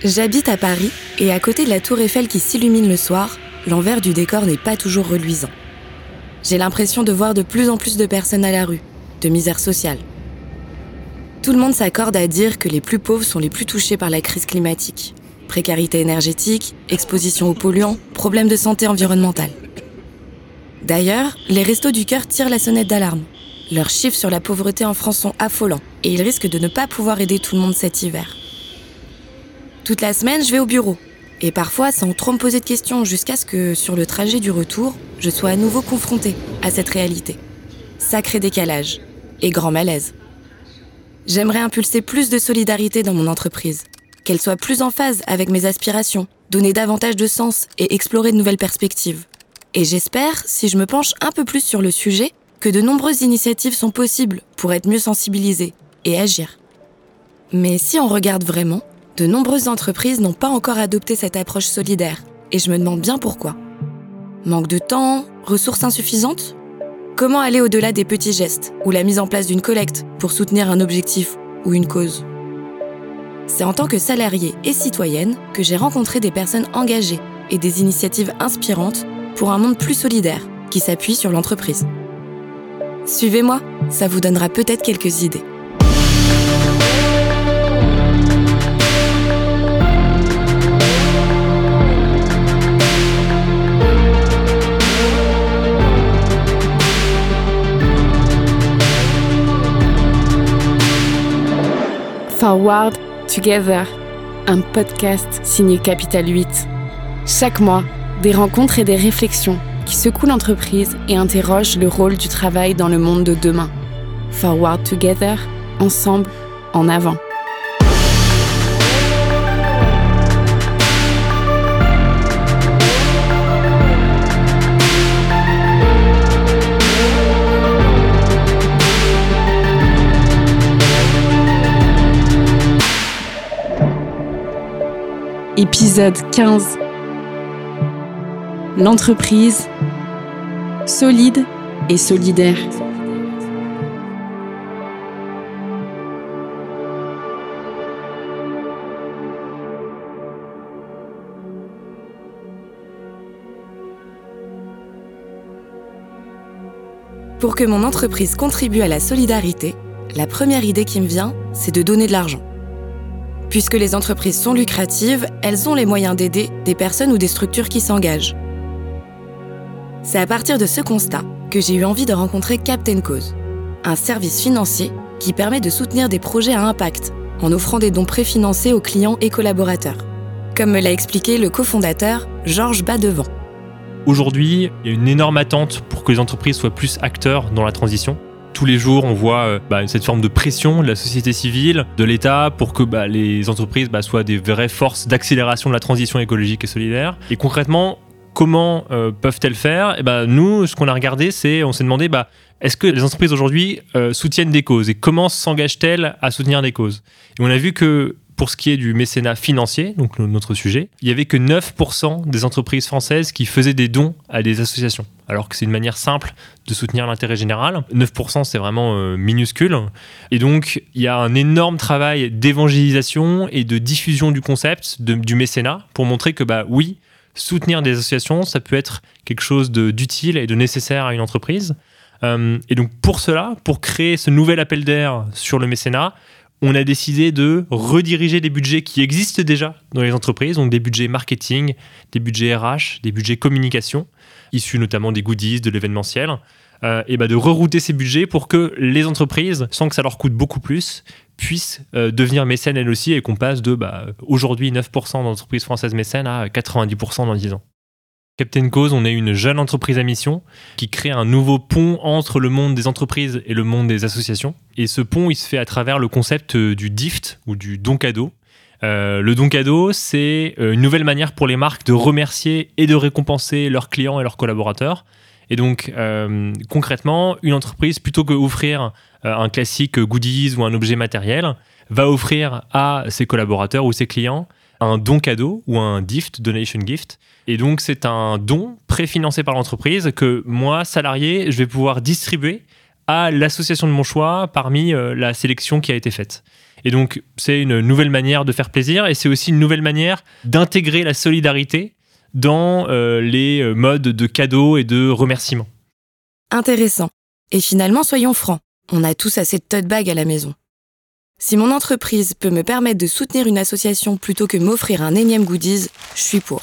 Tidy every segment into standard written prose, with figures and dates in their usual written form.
J'habite à Paris et à côté de la tour Eiffel qui s'illumine le soir, l'envers du décor n'est pas toujours reluisant. J'ai l'impression de voir de plus en plus de personnes à la rue, de misère sociale. Tout le monde s'accorde à dire que les plus pauvres sont les plus touchés par la crise climatique. Précarité énergétique, exposition aux polluants, problèmes de santé environnementale. D'ailleurs, les Restos du Cœur tirent la sonnette d'alarme. Leurs chiffres sur la pauvreté en France sont affolants et ils risquent de ne pas pouvoir aider tout le monde cet hiver. Toute la semaine, je vais au bureau. Et parfois, sans trop me poser de questions, jusqu'à ce que, sur le trajet du retour, je sois à nouveau confrontée à cette réalité. Sacré décalage et grand malaise. J'aimerais impulser plus de solidarité dans mon entreprise, qu'elle soit plus en phase avec mes aspirations, donner davantage de sens et explorer de nouvelles perspectives. Et j'espère, si je me penche un peu plus sur le sujet, que de nombreuses initiatives sont possibles pour être mieux sensibilisées et agir. Mais si on regarde vraiment, de nombreuses entreprises n'ont pas encore adopté cette approche solidaire, et je me demande bien pourquoi. Manque de temps, ressources insuffisantes ? Comment aller au-delà des petits gestes ou la mise en place d'une collecte pour soutenir un objectif ou une cause ? C'est en tant que salariée et citoyenne que j'ai rencontré des personnes engagées et des initiatives inspirantes pour un monde plus solidaire qui s'appuie sur l'entreprise. Suivez-moi, ça vous donnera peut-être quelques idées. Forward Together, un podcast signé Capital 8. Chaque mois, des rencontres et des réflexions qui secouent l'entreprise et interrogent le rôle du travail dans le monde de demain. Forward Together, ensemble, en avant. Épisode 15. L'entreprise solide et solidaire. Pour que mon entreprise contribue à la solidarité, la première idée qui me vient, c'est de donner de l'argent. Puisque les entreprises sont lucratives, elles ont les moyens d'aider des personnes ou des structures qui s'engagent. C'est à partir de ce constat que j'ai eu envie de rencontrer Captain Cause, un service financier qui permet de soutenir des projets à impact en offrant des dons préfinancés aux clients et collaborateurs. Comme me l'a expliqué le cofondateur Georges Badevant. Aujourd'hui, il y a une énorme attente pour que les entreprises soient plus acteurs dans la transition. Tous les jours, on voit cette forme de pression de la société civile, de l'État, pour que les entreprises soient des vraies forces d'accélération de la transition écologique et solidaire. Et concrètement, comment peuvent-elles faire ? Nous, ce qu'on a regardé, on s'est demandé, est-ce que les entreprises aujourd'hui soutiennent des causes ? Et comment s'engagent-elles à soutenir des causes ? Et on a vu que pour ce qui est du mécénat financier, donc notre sujet, il n'y avait que 9% des entreprises françaises qui faisaient des dons à des associations, alors que c'est une manière simple de soutenir l'intérêt général. 9%, c'est vraiment minuscule. Et donc, il y a un énorme travail d'évangélisation et de diffusion du concept du mécénat pour montrer que, oui, soutenir des associations, ça peut être quelque chose d'utile et de nécessaire à une entreprise. Et donc, pour cela, pour créer ce nouvel appel d'air sur le mécénat, on a décidé de rediriger des budgets qui existent déjà dans les entreprises, donc des budgets marketing, des budgets RH, des budgets communication, issus notamment des goodies, de l'événementiel, et de rerouter ces budgets pour que les entreprises, sans que ça leur coûte beaucoup plus, puissent devenir mécènes elles aussi et qu'on passe de aujourd'hui 9% d'entreprises françaises mécènes à 90% dans 10 ans. Captain Cause, on est une jeune entreprise à mission qui crée un nouveau pont entre le monde des entreprises et le monde des associations. Et ce pont, il se fait à travers le concept du DIFT ou du don cadeau. Le don cadeau, c'est une nouvelle manière pour les marques de remercier et de récompenser leurs clients et leurs collaborateurs. Et donc, concrètement, une entreprise, plutôt que d'offrir un classique goodies ou un objet matériel, va offrir à ses collaborateurs ou ses clients un don cadeau ou un DIFT, Donation Gift. Et donc, c'est un don préfinancé par l'entreprise que moi, salarié, je vais pouvoir distribuer à l'association de mon choix parmi la sélection qui a été faite. Et donc, c'est une nouvelle manière de faire plaisir et c'est aussi une nouvelle manière d'intégrer la solidarité dans les modes de cadeaux et de remerciements. Intéressant. Et finalement, soyons francs, on a tous assez de tote bag à la maison. Si mon entreprise peut me permettre de soutenir une association plutôt que m'offrir un énième goodies, je suis pour.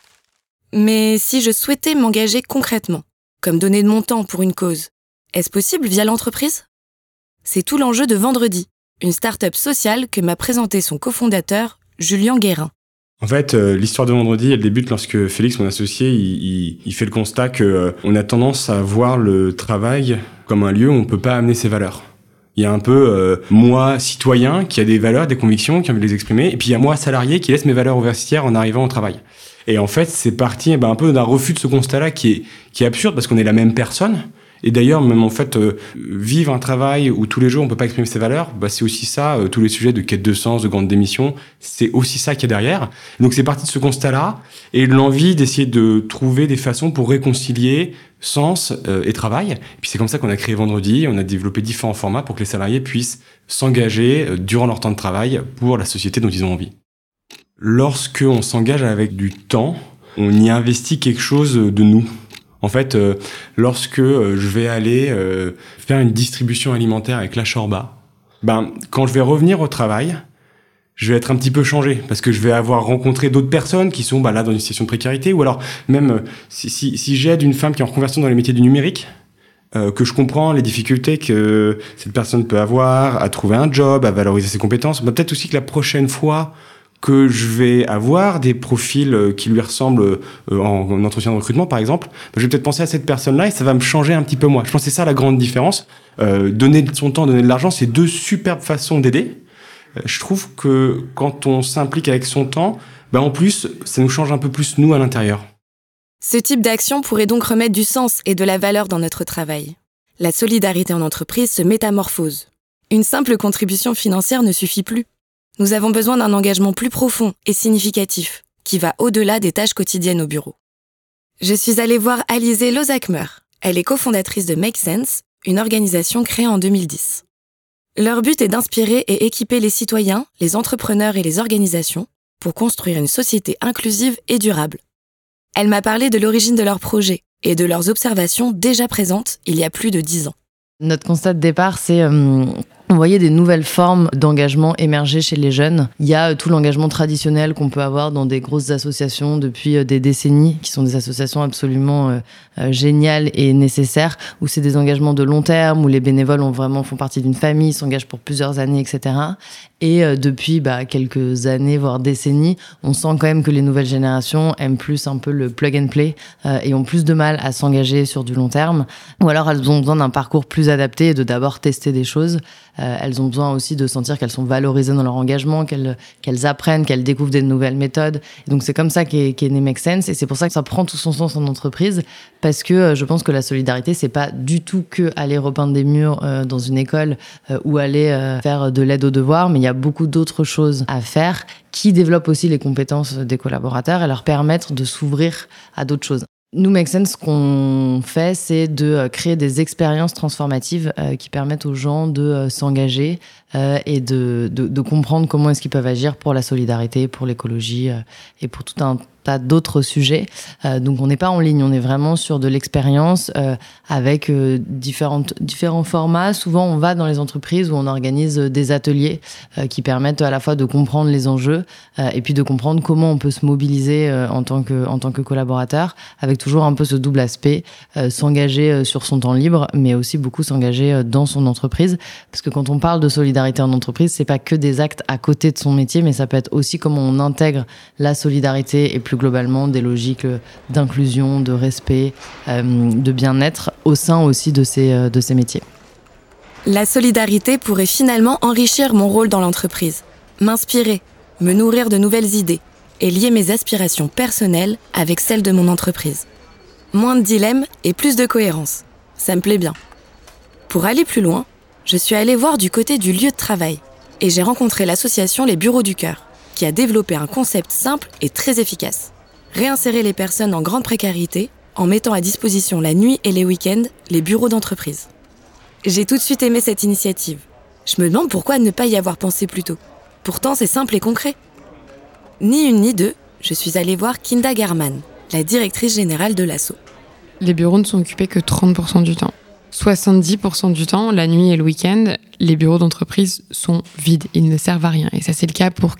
Mais si je souhaitais m'engager concrètement, comme donner de mon temps pour une cause, est-ce possible via l'entreprise ? C'est tout l'enjeu de Vendredi, une start-up sociale que m'a présenté son cofondateur, Julien Guérin. En fait, l'histoire de Vendredi, elle débute lorsque Félix, mon associé, il fait le constat qu'on a tendance à voir le travail comme un lieu où on ne peut pas amener ses valeurs. Il y a un peu moi, citoyen, qui a des valeurs, des convictions, qui a envie de les exprimer, et puis il y a moi, salarié, qui laisse mes valeurs au vestiaire en arrivant au travail. Et en fait, c'est parti un peu d'un refus de ce constat-là qui est absurde, parce qu'on est la même personne. Et d'ailleurs, même en fait, vivre un travail où tous les jours on peut pas exprimer ses valeurs, c'est aussi ça, tous les sujets de quête de sens, de grande démission, c'est aussi ça qui est derrière. Donc c'est parti de ce constat-là, et de l'envie d'essayer de trouver des façons pour réconcilier sens et travail. Et puis c'est comme ça qu'on a créé Vendredi, on a développé différents formats pour que les salariés puissent s'engager durant leur temps de travail pour la société dont ils ont envie. Lorsque on s'engage avec du temps, on y investit quelque chose de nous. En fait, lorsque je vais aller faire une distribution alimentaire avec la Shorba, quand je vais revenir au travail, je vais être un petit peu changé parce que je vais avoir rencontré d'autres personnes qui sont là dans une situation de précarité, ou alors même si j'aide une femme qui est en reconversion dans les métiers du numérique, que je comprends les difficultés que cette personne peut avoir à trouver un job, à valoriser ses compétences, peut-être aussi que la prochaine fois que je vais avoir des profils qui lui ressemblent en entretien de recrutement, par exemple, je vais peut-être penser à cette personne-là et ça va me changer un petit peu moi. Je pense que c'est ça la grande différence. Donner de son temps, donner de l'argent, c'est deux superbes façons d'aider. Je trouve que quand on s'implique avec son temps, en plus, ça nous change un peu plus nous à l'intérieur. Ce type d'action pourrait donc remettre du sens et de la valeur dans notre travail. La solidarité en entreprise se métamorphose. Une simple contribution financière ne suffit plus. Nous avons besoin d'un engagement plus profond et significatif, qui va au-delà des tâches quotidiennes au bureau. Je suis allée voir Alizée Lozakmer. Elle est cofondatrice de Make Sense, une organisation créée en 2010. Leur but est d'inspirer et équiper les citoyens, les entrepreneurs et les organisations pour construire une société inclusive et durable. Elle m'a parlé de l'origine de leur projet et de leurs observations déjà présentes il y a plus de 10 ans. Notre constat de départ, c'est on voyait des nouvelles formes d'engagement émerger chez les jeunes. Il y a tout l'engagement traditionnel qu'on peut avoir dans des grosses associations depuis des décennies, qui sont des associations absolument géniales et nécessaires, où c'est des engagements de long terme, où les bénévoles font partie d'une famille, s'engagent pour plusieurs années, etc. Et depuis quelques années, voire décennies, on sent quand même que les nouvelles générations aiment plus un peu le plug and play et ont plus de mal à s'engager sur du long terme. Ou alors elles ont besoin d'un parcours plus adapté et de d'abord tester des choses. Elles ont besoin aussi de sentir qu'elles sont valorisées dans leur engagement, qu'elles apprennent, qu'elles découvrent des nouvelles méthodes. Et donc c'est comme ça qu'est né Make Sense, et c'est pour ça que ça prend tout son sens en entreprise, parce que je pense que la solidarité, c'est pas du tout que aller repeindre des murs dans une école ou aller faire de l'aide aux devoirs, mais il y a beaucoup d'autres choses à faire qui développent aussi les compétences des collaborateurs et leur permettre de s'ouvrir à d'autres choses. Nous, Make Sense, ce qu'on fait, c'est de créer des expériences transformatives qui permettent aux gens de s'engager et de comprendre comment est-ce qu'ils peuvent agir pour la solidarité, pour l'écologie et pour tout un tas d'autres sujets. Donc on n'est pas en ligne, on est vraiment sur de l'expérience avec différents formats. Souvent on va dans les entreprises où on organise des ateliers qui permettent à la fois de comprendre les enjeux et puis de comprendre comment on peut se mobiliser en tant que collaborateur, avec toujours un peu ce double aspect, s'engager sur son temps libre, mais aussi beaucoup s'engager dans son entreprise. Parce que quand on parle de solidarité en entreprise, c'est pas que des actes à côté de son métier, mais ça peut être aussi comment on intègre la solidarité et plus globalement des logiques d'inclusion, de respect, de bien-être au sein aussi de ces métiers. La solidarité pourrait finalement enrichir mon rôle dans l'entreprise, m'inspirer, me nourrir de nouvelles idées et lier mes aspirations personnelles avec celles de mon entreprise. Moins de dilemmes et plus de cohérence. Ça me plaît bien. Pour aller plus loin, je suis allée voir du côté du lieu de travail et j'ai rencontré l'association Les Bureaux du Cœur, qui a développé un concept simple et très efficace. Réinsérer les personnes en grande précarité en mettant à disposition la nuit et les week-ends les bureaux d'entreprise. J'ai tout de suite aimé cette initiative. Je me demande pourquoi ne pas y avoir pensé plus tôt. Pourtant, c'est simple et concret. Ni une ni deux, je suis allée voir Kinda Garman, la directrice générale de l'asso. Les bureaux ne sont occupés que 30% du temps. 70% du temps, la nuit et le week-end, les bureaux d'entreprise sont vides. Ils ne servent à rien. Et ça, c'est le cas pour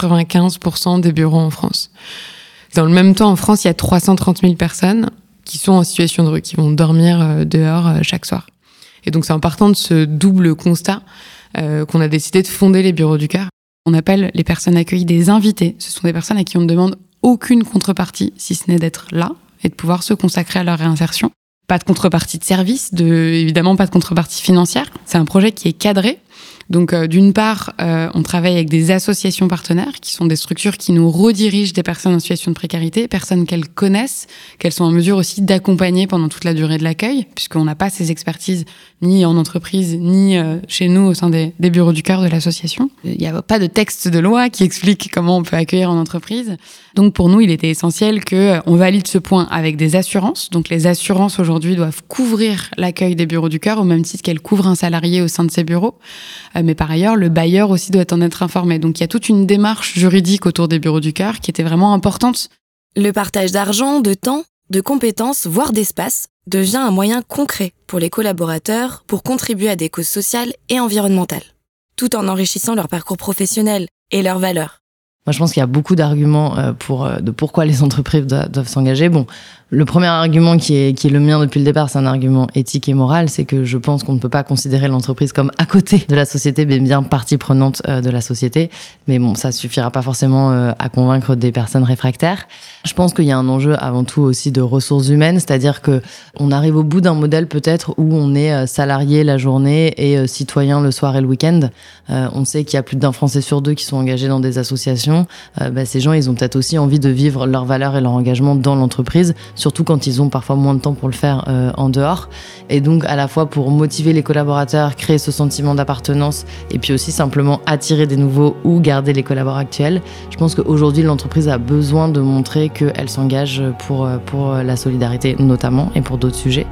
95% des bureaux en France. Dans le même temps, en France, il y a 330 000 personnes qui sont en situation de rue, qui vont dormir dehors chaque soir. Et donc, c'est en partant de ce double constat qu'on a décidé de fonder les bureaux du cœur. On appelle les personnes accueillies des invités. Ce sont des personnes à qui on ne demande aucune contrepartie, si ce n'est d'être là et de pouvoir se consacrer à leur réinsertion. Pas de contrepartie de service, évidemment pas de contrepartie financière. C'est un projet qui est cadré. Donc, d'une part, on travaille avec des associations partenaires qui sont des structures qui nous redirigent des personnes en situation de précarité, personnes qu'elles connaissent, qu'elles sont en mesure aussi d'accompagner pendant toute la durée de l'accueil, puisqu'on n'a pas ces expertises ni en entreprise, ni chez nous au sein des bureaux du cœur de l'association. Il n'y a pas de texte de loi qui explique comment on peut accueillir en entreprise. Donc, pour nous, il était essentiel qu'on valide ce point avec des assurances. Donc, les assurances aujourd'hui doivent couvrir l'accueil des bureaux du cœur au même titre qu'elles couvrent un salarié au sein de ces bureaux. Mais par ailleurs, le bailleur aussi doit en être informé. Donc, il y a toute une démarche juridique autour des bureaux du cœur qui était vraiment importante. Le partage d'argent, de temps, de compétences, voire d'espace, devient un moyen concret pour les collaborateurs pour contribuer à des causes sociales et environnementales, tout en enrichissant leur parcours professionnel et leurs valeurs. Moi, je pense qu'il y a beaucoup d'arguments de pourquoi les entreprises doivent s'engager. Bon, le premier argument qui est le mien depuis le départ, c'est un argument éthique et moral, c'est que je pense qu'on ne peut pas considérer l'entreprise comme à côté de la société, mais bien partie prenante de la société. Mais bon, ça suffira pas forcément à convaincre des personnes réfractaires. Je pense qu'il y a un enjeu avant tout aussi de ressources humaines, c'est-à-dire que on arrive au bout d'un modèle peut-être où on est salarié la journée et citoyen le soir et le week-end. On sait qu'il y a plus d'un Français sur deux qui sont engagés dans des associations. Ces gens, ils ont peut-être aussi envie de vivre leurs valeurs et leur engagement dans l'entreprise, surtout quand ils ont parfois moins de temps pour le faire en dehors. Et donc, à la fois pour motiver les collaborateurs, créer ce sentiment d'appartenance, et puis aussi simplement attirer des nouveaux ou garder les collaborateurs actuels, je pense qu'aujourd'hui, l'entreprise a besoin de montrer qu'elle s'engage pour la solidarité notamment, et pour d'autres sujets.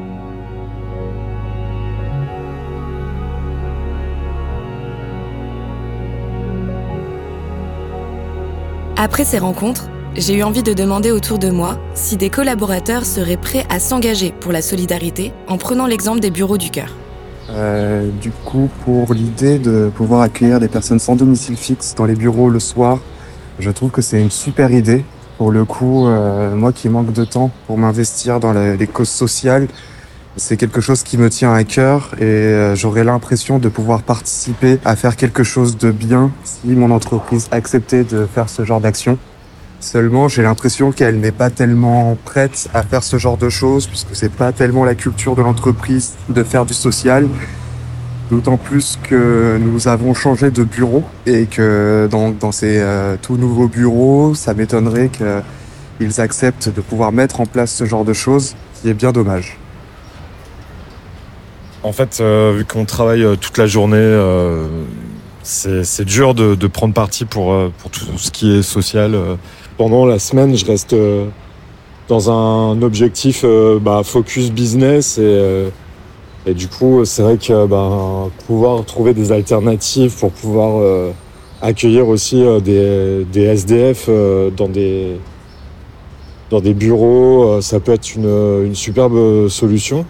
Après ces rencontres, j'ai eu envie de demander autour de moi si des collaborateurs seraient prêts à s'engager pour la solidarité en prenant l'exemple des bureaux du cœur. Du coup, pour l'idée de pouvoir accueillir des personnes sans domicile fixe dans les bureaux le soir, je trouve que c'est une super idée. Pour le coup, moi qui manque de temps pour m'investir dans les causes sociales, c'est quelque chose qui me tient à cœur et j'aurais l'impression de pouvoir participer à faire quelque chose de bien si mon entreprise acceptait de faire ce genre d'action. Seulement, j'ai l'impression qu'elle n'est pas tellement prête à faire ce genre de choses puisque c'est pas tellement la culture de l'entreprise de faire du social. D'autant plus que nous avons changé de bureau et que dans ces tout nouveaux bureaux, ça m'étonnerait qu'ils acceptent de pouvoir mettre en place ce genre de choses, ce qui est bien dommage. En fait, vu qu'on travaille toute la journée, c'est dur de prendre parti pour tout ce qui est social. Pendant la semaine, je reste dans un objectif focus business et du coup, c'est vrai que pouvoir trouver des alternatives pour pouvoir accueillir aussi des SDF dans des bureaux, ça peut être une superbe solution.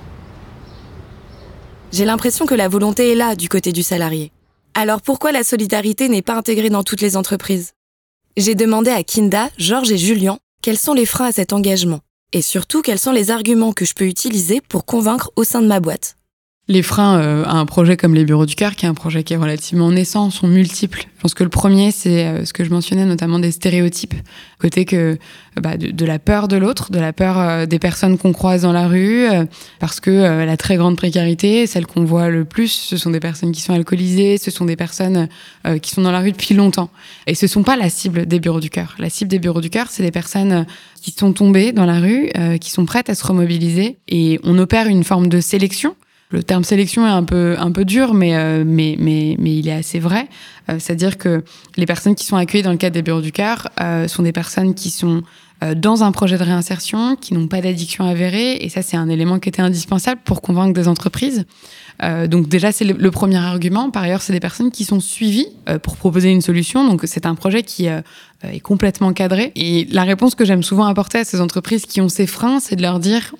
J'ai l'impression que la volonté est là du côté du salarié. Alors pourquoi la solidarité n'est pas intégrée dans toutes les entreprises ? J'ai demandé à Kinda, Georges et Julien quels sont les freins à cet engagement et surtout quels sont les arguments que je peux utiliser pour convaincre au sein de ma boîte. Les freins à un projet comme les bureaux du cœur, qui est un projet qui est relativement naissant, sont multiples. Je pense que le premier, c'est ce que je mentionnais, notamment des stéréotypes, côté que de la peur de l'autre, de la peur des personnes qu'on croise dans la rue, parce que la très grande précarité, celle qu'on voit le plus, ce sont des personnes qui sont alcoolisées, ce sont des personnes qui sont dans la rue depuis longtemps. Et ce sont pas la cible des bureaux du cœur. La cible des bureaux du cœur, c'est des personnes qui sont tombées dans la rue, qui sont prêtes à se remobiliser, et on opère une forme de sélection. Le terme sélection est un peu dur, mais il est assez vrai. C'est-à-dire que les personnes qui sont accueillies dans le cadre des bureaux du cœur sont des personnes qui sont dans un projet de réinsertion, qui n'ont pas d'addiction avérée. Et ça, c'est un élément qui était indispensable pour convaincre des entreprises. Donc déjà, c'est le premier argument. Par ailleurs, c'est des personnes qui sont suivies pour proposer une solution. Donc c'est un projet qui est complètement cadré. Et la réponse que j'aime souvent apporter à ces entreprises qui ont ces freins, c'est de leur dire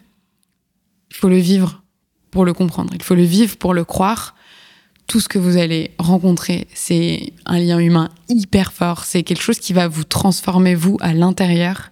il faut le vivre pour le comprendre. Il faut le vivre pour le croire. Tout ce que vous allez rencontrer, c'est un lien humain hyper fort. C'est quelque chose qui va vous transformer, vous, à l'intérieur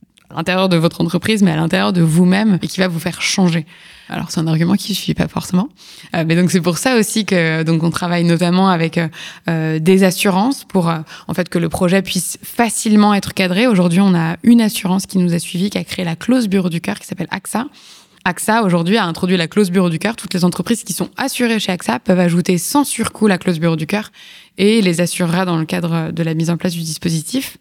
de votre entreprise, mais à l'intérieur de vous-même, et qui va vous faire changer. Alors, c'est un argument qui ne suffit pas forcément. Mais donc, c'est pour ça aussi que, donc, on travaille notamment avec des assurances pour, en fait, que le projet puisse facilement être cadré. Aujourd'hui, on a une assurance qui nous a suivis, qui a créé la clause bureau du cœur, qui s'appelle AXA. AXA, aujourd'hui, a introduit la clause bureau du cœur. Toutes les entreprises qui sont assurées chez AXA peuvent ajouter sans surcoût la clause bureau du cœur et les assurera dans le cadre de la mise en place du dispositif.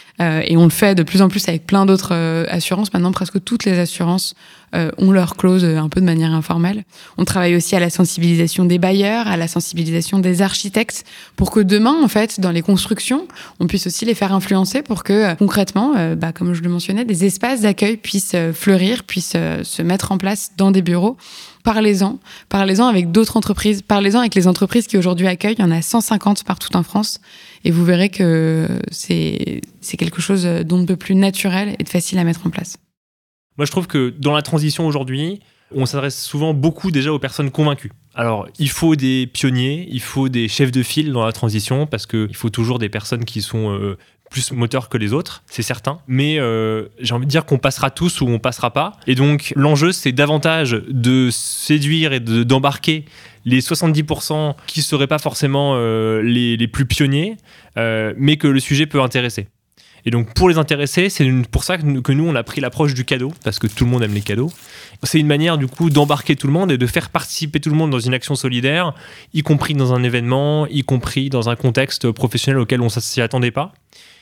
Et on le fait de plus en plus avec plein d'autres assurances. Maintenant, presque toutes les assurances ont leur clause un peu de manière informelle. On travaille aussi à la sensibilisation des bailleurs, à la sensibilisation des architectes, pour que demain, en fait, dans les constructions, on puisse aussi les faire influencer pour que, concrètement, comme je le mentionnais, des espaces d'accueil puissent fleurir, puissent se mettre en place dans des bureaux. Parlez-en avec d'autres entreprises, parlez-en avec les entreprises qui aujourd'hui accueillent. Il y en a 150 partout en France. Et vous verrez que c'est quelque chose d'on ne peut plus naturel et de facile à mettre en place. Moi, je trouve que dans la transition aujourd'hui, on s'adresse souvent beaucoup déjà aux personnes convaincues. Alors, il faut des pionniers, il faut des chefs de file dans la transition, parce qu'il faut toujours des personnes qui sont plus moteurs que les autres, c'est certain. Mais j'ai envie de dire qu'on passera tous ou on passera pas. Et donc, l'enjeu, c'est davantage de séduire et d'embarquer les 70% qui ne seraient pas forcément les plus pionniers, mais que le sujet peut intéresser. Et donc, pour les intéresser, c'est pour ça que nous, on a pris l'approche du cadeau, parce que tout le monde aime les cadeaux. C'est une manière, du coup, d'embarquer tout le monde et de faire participer tout le monde dans une action solidaire, y compris dans un événement, y compris dans un contexte professionnel auquel on ne s'y attendait pas.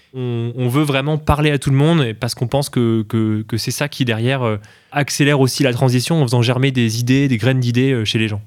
On veut vraiment parler à tout le monde, parce qu'on pense que c'est ça qui, derrière, accélère aussi la transition en faisant germer des idées, des graines d'idées chez les gens.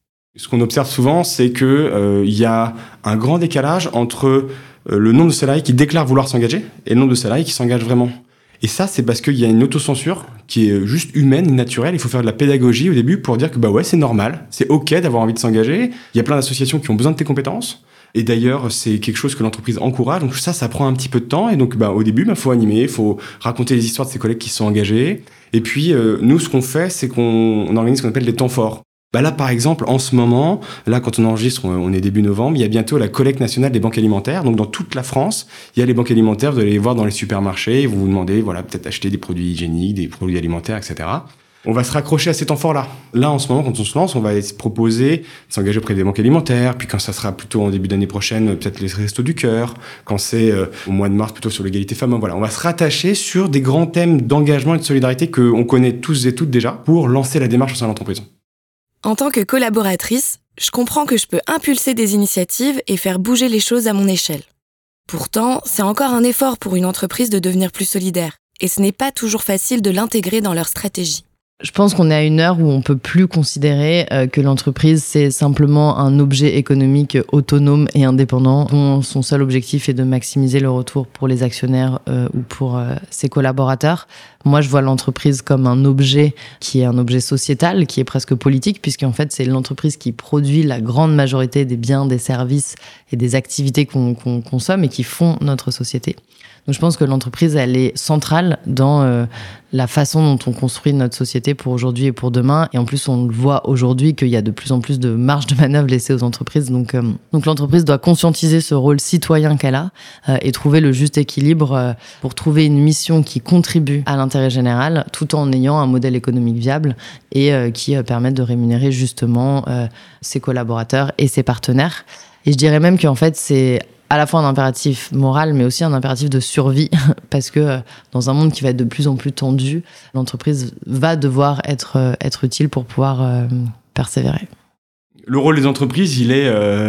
Ce qu'on observe souvent, c'est qu'il y a un grand décalage entre le nombre de salariés qui déclarent vouloir s'engager et le nombre de salariés qui s'engagent vraiment. Et ça, c'est parce qu'il y a une autocensure qui est juste humaine, naturelle. Il faut faire de la pédagogie au début pour dire que ouais, c'est normal, c'est OK d'avoir envie de s'engager. Il y a plein d'associations qui ont besoin de tes compétences. Et d'ailleurs, c'est quelque chose que l'entreprise encourage. Donc ça prend un petit peu de temps. Et donc, au début, faut animer, faut raconter les histoires de ses collègues qui se sont engagés. Et puis, nous, ce qu'on fait, c'est qu'on organise ce qu'on appelle des temps forts. Là, par exemple, en ce moment, là, quand on enregistre, on est début novembre, il y a bientôt la collecte nationale des banques alimentaires. Donc, dans toute la France, il y a les banques alimentaires, vous allez les voir dans les supermarchés, vous vous demandez, peut-être acheter des produits hygiéniques, des produits alimentaires, etc. On va se raccrocher à ces temps forts-là. Là, en ce moment, quand on se lance, on va se proposer de s'engager auprès des banques alimentaires, puis quand ça sera plutôt en début d'année prochaine, peut-être les Restos du Cœur, quand c'est au mois de mars, plutôt sur l'égalité femmes-hommes. Voilà, on va se rattacher sur des grands thèmes d'engagement et de solidarité qu'on connaît tous et toutes déjà pour lancer la démarche au sein de l'entreprise. En tant que collaboratrice, je comprends que je peux impulser des initiatives et faire bouger les choses à mon échelle. Pourtant, c'est encore un effort pour une entreprise de devenir plus solidaire, et ce n'est pas toujours facile de l'intégrer dans leur stratégie. Je pense qu'on est à une heure où on peut plus considérer que l'entreprise, c'est simplement un objet économique autonome et indépendant dont son seul objectif est de maximiser le retour pour les actionnaires ou pour ses collaborateurs. Moi, je vois l'entreprise comme un objet qui est un objet sociétal, qui est presque politique, puisqu'en fait, c'est l'entreprise qui produit la grande majorité des biens, des services et des activités qu'on consomme et qui font notre société. Donc je pense que l'entreprise, elle est centrale dans la façon dont on construit notre société pour aujourd'hui et pour demain. Et en plus, on le voit aujourd'hui qu'il y a de plus en plus de marge de manœuvre laissée aux entreprises. Donc l'entreprise doit conscientiser ce rôle citoyen qu'elle a et trouver le juste équilibre pour trouver une mission qui contribue à l'intérêt général tout en ayant un modèle économique viable et qui permette de rémunérer justement ses collaborateurs et ses partenaires. Et je dirais même qu'en fait, c'est à la fois un impératif moral, mais aussi un impératif de survie, parce que dans un monde qui va être de plus en plus tendu, l'entreprise va devoir être utile pour pouvoir persévérer. Le rôle des entreprises, il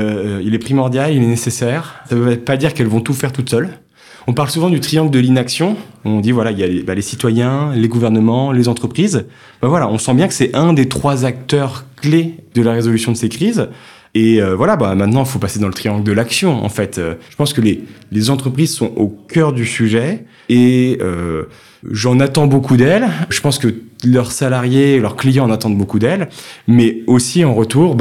est primordial, il est nécessaire. Ça ne veut pas dire qu'elles vont tout faire toutes seules. On parle souvent du triangle de l'inaction. On dit, il y a les citoyens, les gouvernements, les entreprises. On sent bien que c'est un des 3 acteurs clés de la résolution de ces crises. Et maintenant, il faut passer dans le triangle de l'action, en fait. Je pense que les entreprises sont au cœur du sujet et J'en attends beaucoup d'elles. Je pense que leurs salariés, leurs clients en attendent beaucoup d'elles. Mais aussi, en retour,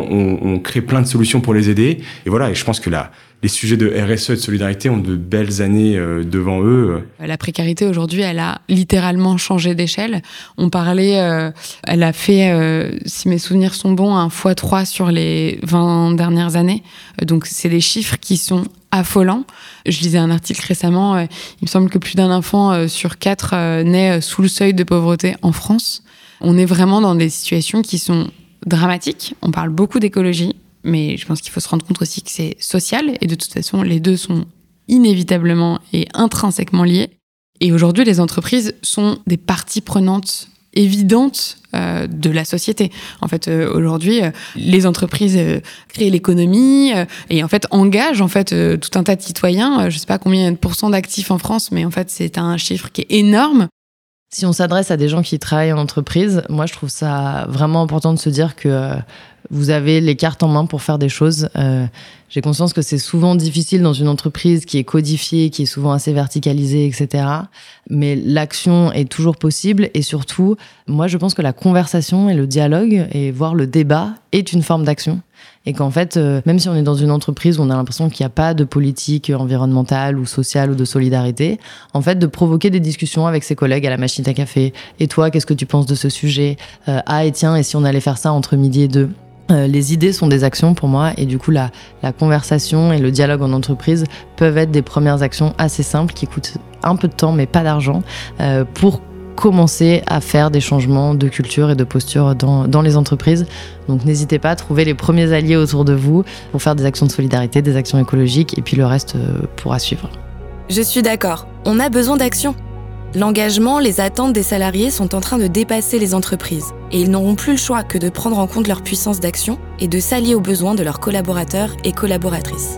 on crée plein de solutions pour les aider. Et voilà, et je pense que les sujets de RSE et de solidarité ont de belles années devant eux. La précarité, aujourd'hui, elle a littéralement changé d'échelle. On parlait, elle a fait, si mes souvenirs sont bons, un x3 sur les 20 dernières années. Donc, c'est des chiffres qui sont affolants. Je lisais un article récemment, il me semble que plus d'un enfant sur 4 naît sous le seuil de pauvreté en France. On est vraiment dans des situations qui sont dramatiques. On parle beaucoup d'écologie, mais je pense qu'il faut se rendre compte aussi que c'est social, et de toute façon, les deux sont inévitablement et intrinsèquement liés. Et aujourd'hui, les entreprises sont des parties prenantes évidentes de la société. En fait, aujourd'hui, les entreprises créent l'économie et en fait engagent tout un tas de citoyens. Je sais pas combien il y a de pourcents d'actifs en France, mais en fait, c'est un chiffre qui est énorme. Si on s'adresse à des gens qui travaillent en entreprise, moi, je trouve ça vraiment important de se dire que vous avez les cartes en main pour faire des choses. J'ai conscience que c'est souvent difficile dans une entreprise qui est codifiée, qui est souvent assez verticalisée, etc. Mais l'action est toujours possible. Et surtout, moi, je pense que la conversation et le dialogue, et voire le débat, est une forme d'action. Et qu'en fait, même si on est dans une entreprise où on a l'impression qu'il n'y a pas de politique environnementale ou sociale ou de solidarité, en fait, de provoquer des discussions avec ses collègues à la machine à café. Et toi, qu'est-ce que tu penses de ce sujet ? Et tiens, et si on allait faire ça entre midi et 2 ? Les idées sont des actions pour moi, et du coup la conversation et le dialogue en entreprise peuvent être des premières actions assez simples qui coûtent un peu de temps mais pas d'argent pour commencer à faire des changements de culture et de posture dans les entreprises. Donc n'hésitez pas à trouver les premiers alliés autour de vous pour faire des actions de solidarité, des actions écologiques, et puis le reste pourra suivre. Je suis d'accord, on a besoin d'action. L'engagement, les attentes des salariés sont en train de dépasser les entreprises, et ils n'auront plus le choix que de prendre en compte leur puissance d'action et de s'allier aux besoins de leurs collaborateurs et collaboratrices.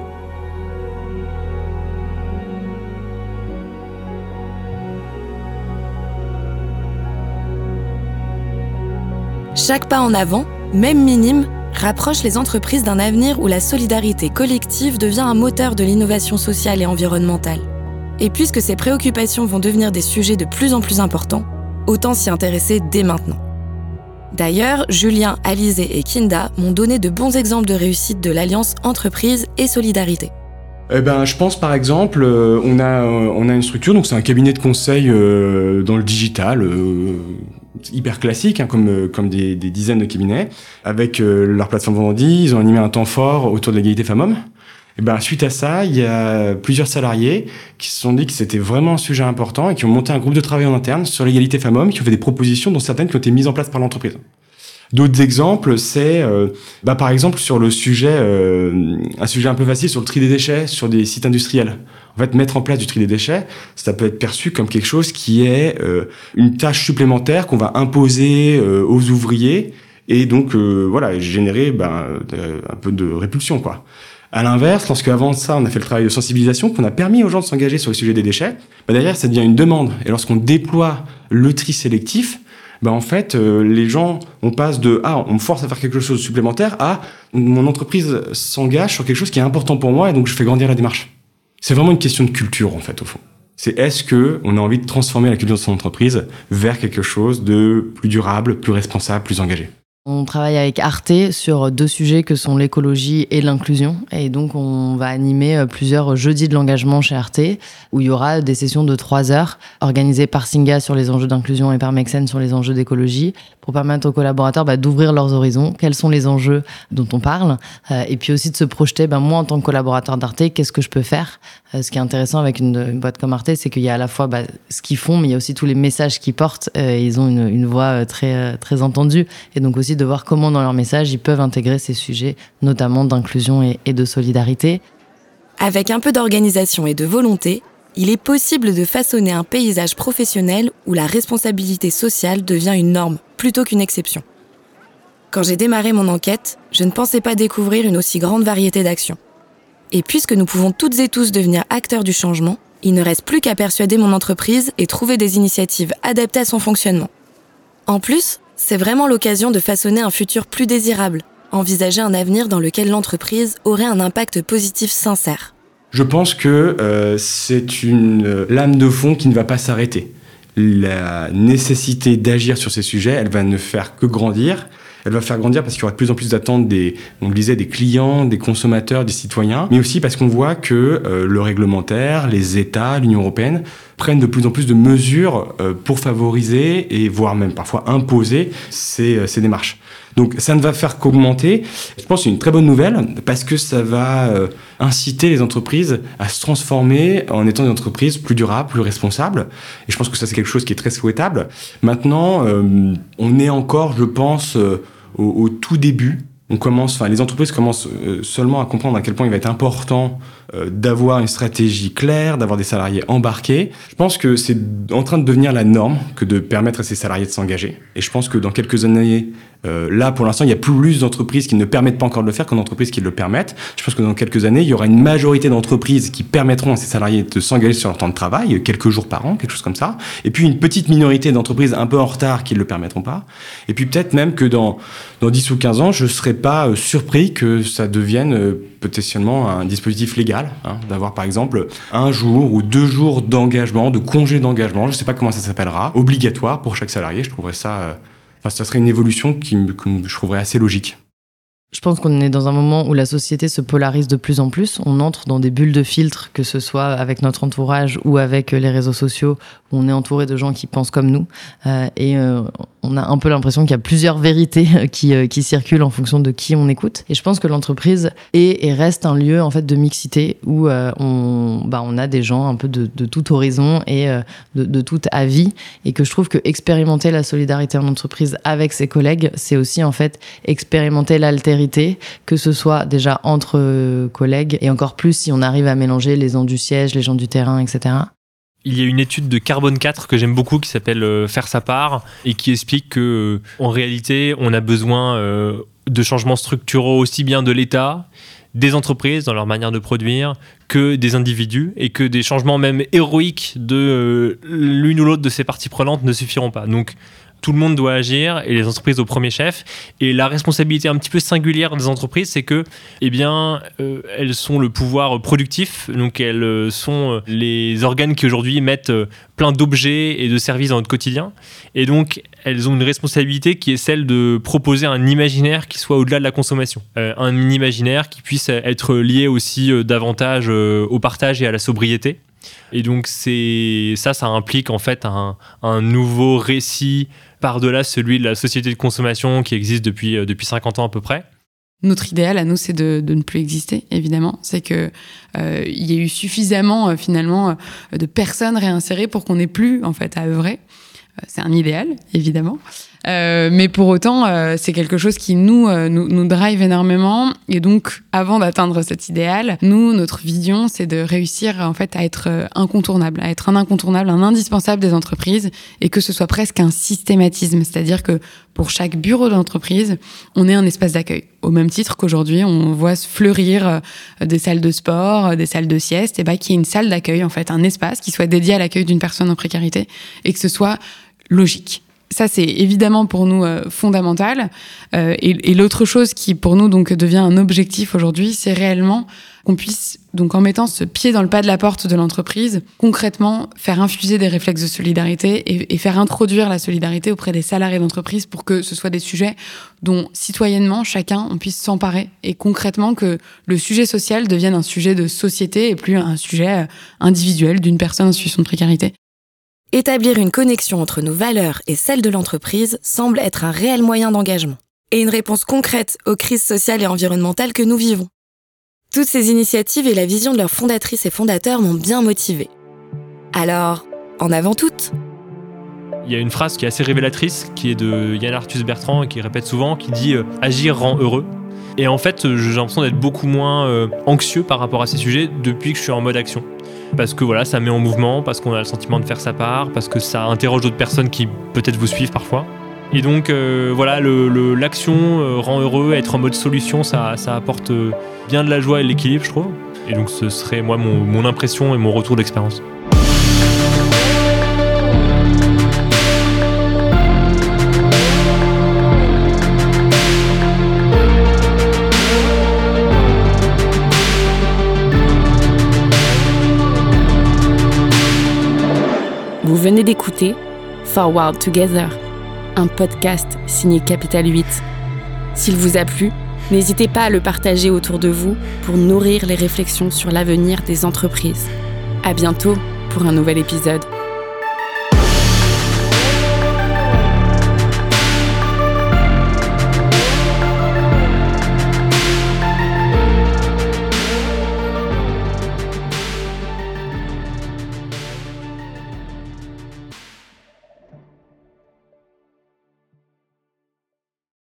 Chaque pas en avant, même minime, rapproche les entreprises d'un avenir où la solidarité collective devient un moteur de l'innovation sociale et environnementale. Et puisque ces préoccupations vont devenir des sujets de plus en plus importants, autant s'y intéresser dès maintenant. D'ailleurs, Julien, Alizé et Kinda m'ont donné de bons exemples de réussite de l'alliance entreprise et solidarité. Je pense par exemple, on a une structure, donc c'est un cabinet de conseil dans le digital, hyper classique, comme des dizaines de cabinets. Avec leur plateforme Vendredi, ils ont animé un temps fort autour de l'égalité femmes-hommes. Suite à ça, il y a plusieurs salariés qui se sont dit que c'était vraiment un sujet important et qui ont monté un groupe de travail en interne sur l'égalité femmes-hommes, qui ont fait des propositions, dont certaines qui ont été mises en place par l'entreprise. D'autres exemples, c'est par exemple sur le sujet, un sujet un peu facile sur le tri des déchets sur des sites industriels. En fait, mettre en place du tri des déchets, ça peut être perçu comme quelque chose qui est une tâche supplémentaire qu'on va imposer aux ouvriers et donc générer un peu de répulsion, quoi. À l'inverse, lorsque avant ça, on a fait le travail de sensibilisation, qu'on a permis aux gens de s'engager sur le sujet des déchets, derrière, ça devient une demande. Et lorsqu'on déploie le tri sélectif, les gens, on passe de « Ah, on me force à faire quelque chose de supplémentaire » à « Mon entreprise s'engage sur quelque chose qui est important pour moi et donc je fais grandir la démarche ». C'est vraiment une question de culture, en fait, au fond. C'est est-ce qu'on a envie de transformer la culture de son entreprise vers quelque chose de plus durable, plus responsable, plus engagé. On travaille avec Arte sur 2 sujets que sont l'écologie et l'inclusion. Et donc, on va animer plusieurs jeudis de l'engagement chez Arte, où il y aura des sessions de 3 heures organisées par Singa sur les enjeux d'inclusion et par Mexen sur les enjeux d'écologie, pour permettre aux collaborateurs d'ouvrir leurs horizons. Quels sont les enjeux dont on parle ? Et puis aussi de se projeter, moi, en tant que collaborateur d'Arte, qu'est-ce que je peux faire ? Ce qui est intéressant avec une boîte comme Arte, c'est qu'il y a à la fois ce qu'ils font, mais il y a aussi tous les messages qu'ils portent. Ils ont une voix très, très entendue. Et donc aussi de voir comment dans leur message, ils peuvent intégrer ces sujets, notamment d'inclusion et de solidarité. Avec un peu d'organisation et de volonté, il est possible de façonner un paysage professionnel où la responsabilité sociale devient une norme plutôt qu'une exception. Quand j'ai démarré mon enquête, je ne pensais pas découvrir une aussi grande variété d'actions. Et puisque nous pouvons toutes et tous devenir acteurs du changement, il ne reste plus qu'à persuader mon entreprise et trouver des initiatives adaptées à son fonctionnement. En plus, c'est vraiment l'occasion de façonner un futur plus désirable, envisager un avenir dans lequel l'entreprise aurait un impact positif sincère. Je pense que c'est une lame de fond qui ne va pas s'arrêter. la nécessité d'agir sur ces sujets, elle va ne faire que grandir. Elle va faire grandir parce qu'il y aura de plus en plus d'attentes on le disait, des clients, des consommateurs, des citoyens, mais aussi parce qu'on voit que le réglementaire, les États, l'Union européenne prennent de plus en plus de mesures pour favoriser et voire même parfois imposer ces démarches. Donc ça ne va faire qu'augmenter. Je pense que c'est une très bonne nouvelle parce que ça va inciter les entreprises à se transformer en étant des entreprises plus durables, plus responsables. Et je pense que ça, c'est quelque chose qui est très souhaitable. Maintenant, on est encore, je pense, au tout début. Les entreprises commencent seulement à comprendre à quel point il va être important d'avoir une stratégie claire, d'avoir des salariés embarqués. Je pense que c'est en train de devenir la norme que de permettre à ces salariés de s'engager. Et je pense que dans quelques années, là, pour l'instant, il y a plus d'entreprises qui ne permettent pas encore de le faire qu'en d'entreprises qui le permettent. Je pense que dans quelques années, il y aura une majorité d'entreprises qui permettront à ces salariés de s'engager sur leur temps de travail, quelques jours par an, quelque chose comme ça. Et puis une petite minorité d'entreprises un peu en retard qui ne le permettront pas. Et puis peut-être même que dans 10 ou 15 ans, je ne serais pas surpris que ça devienne potentiellement un dispositif légal, d'avoir par exemple 1 jour ou 2 jours d'engagement, de congé d'engagement, je ne sais pas comment ça s'appellera, obligatoire pour chaque salarié. Je trouverais ça... ça serait une évolution que je trouverais assez logique. Je pense qu'on est dans un moment où la société se polarise de plus en plus. On entre dans des bulles de filtre, que ce soit avec notre entourage ou avec les réseaux sociaux, où on est entouré de gens qui pensent comme nous. On a un peu l'impression qu'il y a plusieurs vérités qui circulent en fonction de qui on écoute. Et je pense que l'entreprise est et reste un lieu en fait de mixité où on a des gens un peu de tout horizon et de tout avis. Et que je trouve que expérimenter la solidarité en entreprise avec ses collègues, c'est aussi en fait expérimenter l'altérité, que ce soit déjà entre collègues et encore plus si on arrive à mélanger les gens du siège, les gens du terrain, etc. Il y a une étude de Carbone 4 que j'aime beaucoup qui s'appelle Faire sa part et qui explique que en réalité, on a besoin de changements structuraux aussi bien de l'État, des entreprises dans leur manière de produire, que des individus et que des changements même héroïques de l'une ou l'autre de ces parties prenantes ne suffiront pas. Donc, tout le monde doit agir et les entreprises au premier chef. Et la responsabilité un petit peu singulière des entreprises, c'est que, elles sont le pouvoir productif. Donc, elles sont les organes qui aujourd'hui mettent plein d'objets et de services dans notre quotidien. Et donc, elles ont une responsabilité qui est celle de proposer un imaginaire qui soit au-delà de la consommation. Un imaginaire qui puisse être lié aussi davantage au partage et à la sobriété. Et donc ça implique en fait un nouveau récit par-delà celui de la société de consommation qui existe depuis 50 ans à peu près. Notre idéal à nous, c'est de ne plus exister, évidemment. C'est que il y a eu suffisamment finalement de personnes réinsérées pour qu'on n'ait plus en fait à œuvrer. C'est un idéal, évidemment. Mais pour autant, c'est quelque chose qui nous drive énormément. Et donc, avant d'atteindre cet idéal, notre vision, c'est de réussir en fait à être incontournable, un incontournable, un indispensable des entreprises, et que ce soit presque un systématisme. C'est-à-dire que pour chaque bureau d'entreprise, on est un espace d'accueil. Au même titre qu'aujourd'hui, on voit se fleurir des salles de sport, des salles de sieste, et qu'il y ait une salle d'accueil, en fait, un espace qui soit dédié à l'accueil d'une personne en précarité, et que ce soit logique. Ça, c'est évidemment pour nous fondamental. Et l'autre chose qui, pour nous, donc, devient un objectif aujourd'hui, c'est réellement qu'on puisse, donc, en mettant ce pied dans le pas de la porte de l'entreprise, concrètement faire infuser des réflexes de solidarité et faire introduire la solidarité auprès des salariés d'entreprise pour que ce soit des sujets dont, citoyennement, chacun, on puisse s'emparer. Et concrètement, que le sujet social devienne un sujet de société et plus un sujet individuel d'une personne en situation de précarité. Établir une connexion entre nos valeurs et celles de l'entreprise semble être un réel moyen d'engagement et une réponse concrète aux crises sociales et environnementales que nous vivons. Toutes ces initiatives et la vision de leurs fondatrices et fondateurs m'ont bien motivée. Alors, en avant toutes! Il y a une phrase qui est assez révélatrice, qui est de Yann Arthus Bertrand et qui répète souvent, qui dit « Agir rend heureux ». Et en fait, j'ai l'impression d'être beaucoup moins anxieux par rapport à ces sujets depuis que je suis en mode action. Parce que voilà, ça met en mouvement, parce qu'on a le sentiment de faire sa part, parce que ça interroge d'autres personnes qui peut-être vous suivent parfois. Et donc voilà, l'action rend heureux, être en mode solution, ça apporte bien de la joie et de l'équilibre, je trouve. Et donc ce serait moi mon impression et mon retour d'expérience. Vous venez d'écouter Forward Together, un podcast signé Capital 8. S'il vous a plu, n'hésitez pas à le partager autour de vous pour nourrir les réflexions sur l'avenir des entreprises. À bientôt pour un nouvel épisode.